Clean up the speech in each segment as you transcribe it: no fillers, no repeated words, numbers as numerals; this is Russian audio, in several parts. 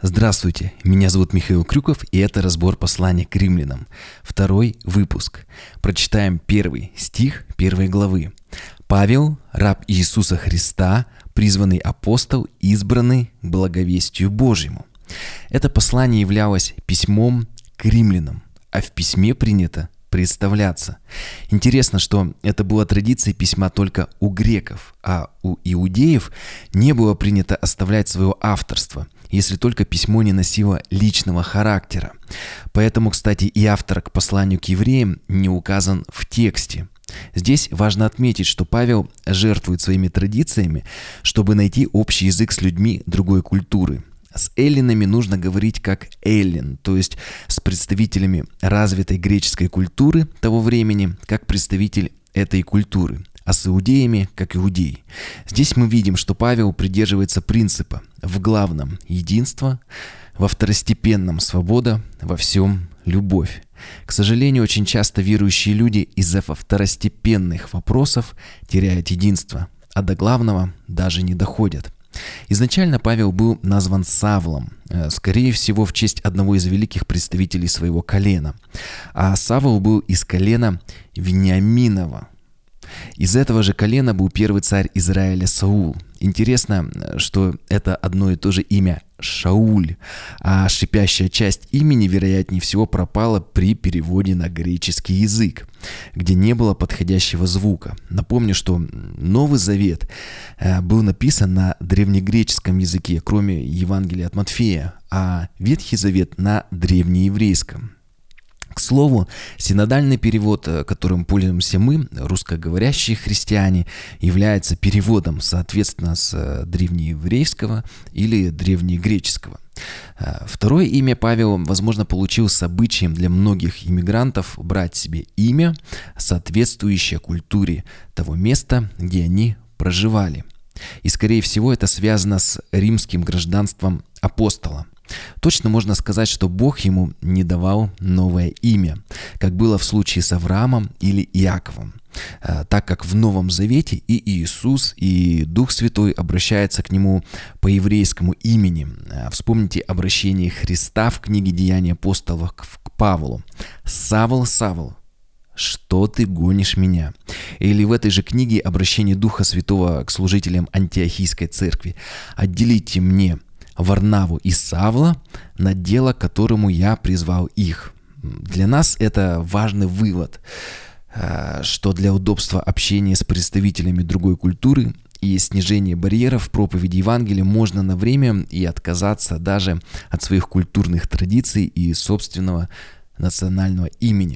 Здравствуйте, меня зовут Михаил Крюков, и это разбор послания к римлянам. Второй выпуск. Прочитаем первый стих первой главы. Павел, раб Иисуса Христа, призванный апостол, избранный к благовестию Божьему. Это послание являлось письмом к римлянам, а в письме принято представляться. Интересно, что это была традиция письма только у греков, а у иудеев не было принято оставлять свое авторство, если только письмо не носило личного характера. Поэтому, кстати, и автор к посланию к евреям не указан в тексте. Здесь важно отметить, что Павел жертвует своими традициями, чтобы найти общий язык с людьми другой культуры. С эллинами нужно говорить как эллин, то есть с представителями развитой греческой культуры того времени, как представитель этой культуры, а с иудеями как иудей. Здесь мы видим, что Павел придерживается принципа в главном – единство, во второстепенном – свобода, во всем – любовь. К сожалению, очень часто верующие люди из-за второстепенных вопросов теряют единство, а до главного даже не доходят. Изначально Павел был назван Савлом, скорее всего, в честь одного из великих представителей своего колена. А Савл был из колена Вениаминова. Из этого же колена был первый царь Израиля Саул. Интересно, что это одно и то же имя Шауль, а шипящая часть имени, вероятнее всего, пропала при переводе на греческий язык, где не было подходящего звука. Напомню, что Новый Завет был написан на древнегреческом языке, кроме Евангелия от Матфея, а Ветхий Завет на древнееврейском. К слову, синодальный перевод, которым пользуемся мы, русскоговорящие христиане, является переводом, соответственно, с древнееврейского или древнегреческого. Второе имя Павел, возможно, получил с обычаем для многих иммигрантов брать себе имя, соответствующее культуре того места, где они проживали. И, скорее всего, это связано с римским гражданством апостола. Точно можно сказать, что Бог ему не давал новое имя, как было в случае с Авраамом или Иаковом, так как в Новом Завете и Иисус, и Дух Святой обращаются к нему по еврейскому имени. Вспомните обращение Христа в книге «Деяния апостолов» к Павлу. «Савл, Савл, что ты гонишь меня?» Или в этой же книге обращение Духа Святого к служителям Антиохийской церкви. «Отделите мне Варнаву и Савла на дело, к которому я призвал их». Для нас это важный вывод, что для удобства общения с представителями другой культуры и снижения барьеров в проповеди Евангелия можно на время и отказаться даже от своих культурных традиций и собственного национального имени.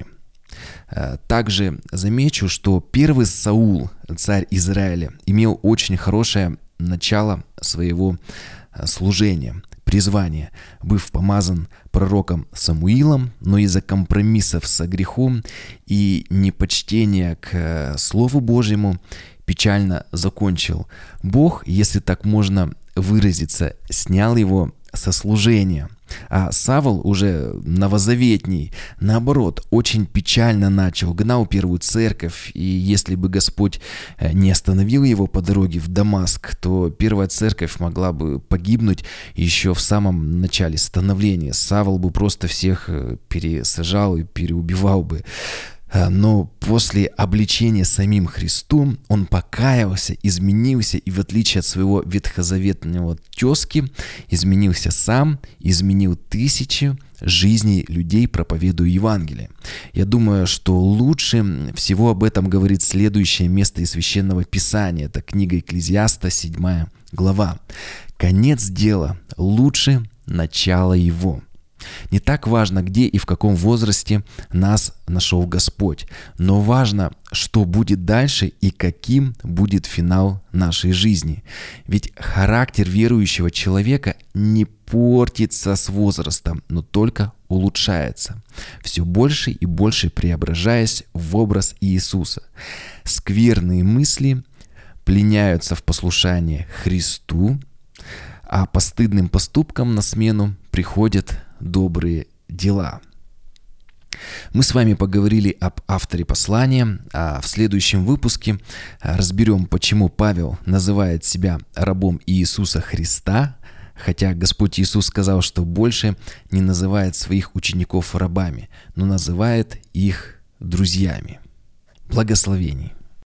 Также замечу, что первый Саул, царь Израиля, имел очень хорошее начало своего служения, призвания, быв помазан пророком Самуилом, но из-за компромиссов со грехом и непочтения к Слову Божьему печально закончил. Бог, если так можно выразиться, снял его со служения. А Савл уже новозаветний, наоборот, очень печально начал, гнал первую церковь, и если бы Господь не остановил его по дороге в Дамаск, то первая церковь могла бы погибнуть еще в самом начале становления. Савл бы просто всех пересажал и переубивал бы. Но после обличения самим Христом он покаялся, изменился и, в отличие от своего ветхозаветного тезки, изменился сам, изменил тысячи жизней людей, проповедуя Евангелие. Я думаю, что лучше всего об этом говорит следующее место из Священного Писания. Это книга Экклезиаста, 7 глава. «Конец дела лучше начала его». Не так важно, где и в каком возрасте нас нашел Господь, но важно, что будет дальше и каким будет финал нашей жизни. Ведь характер верующего человека не портится с возрастом, но только улучшается, все больше и больше преображаясь в образ Иисуса. Скверные мысли пленяются в послушание Христу, а постыдным поступкам на смену приходят добрые дела. Мы с вами поговорили об авторе послания, а в следующем выпуске разберем, почему Павел называет себя рабом Иисуса Христа, Хотя Господь Иисус сказал, что больше не называет своих учеников рабами, но называет их друзьями. Благословений.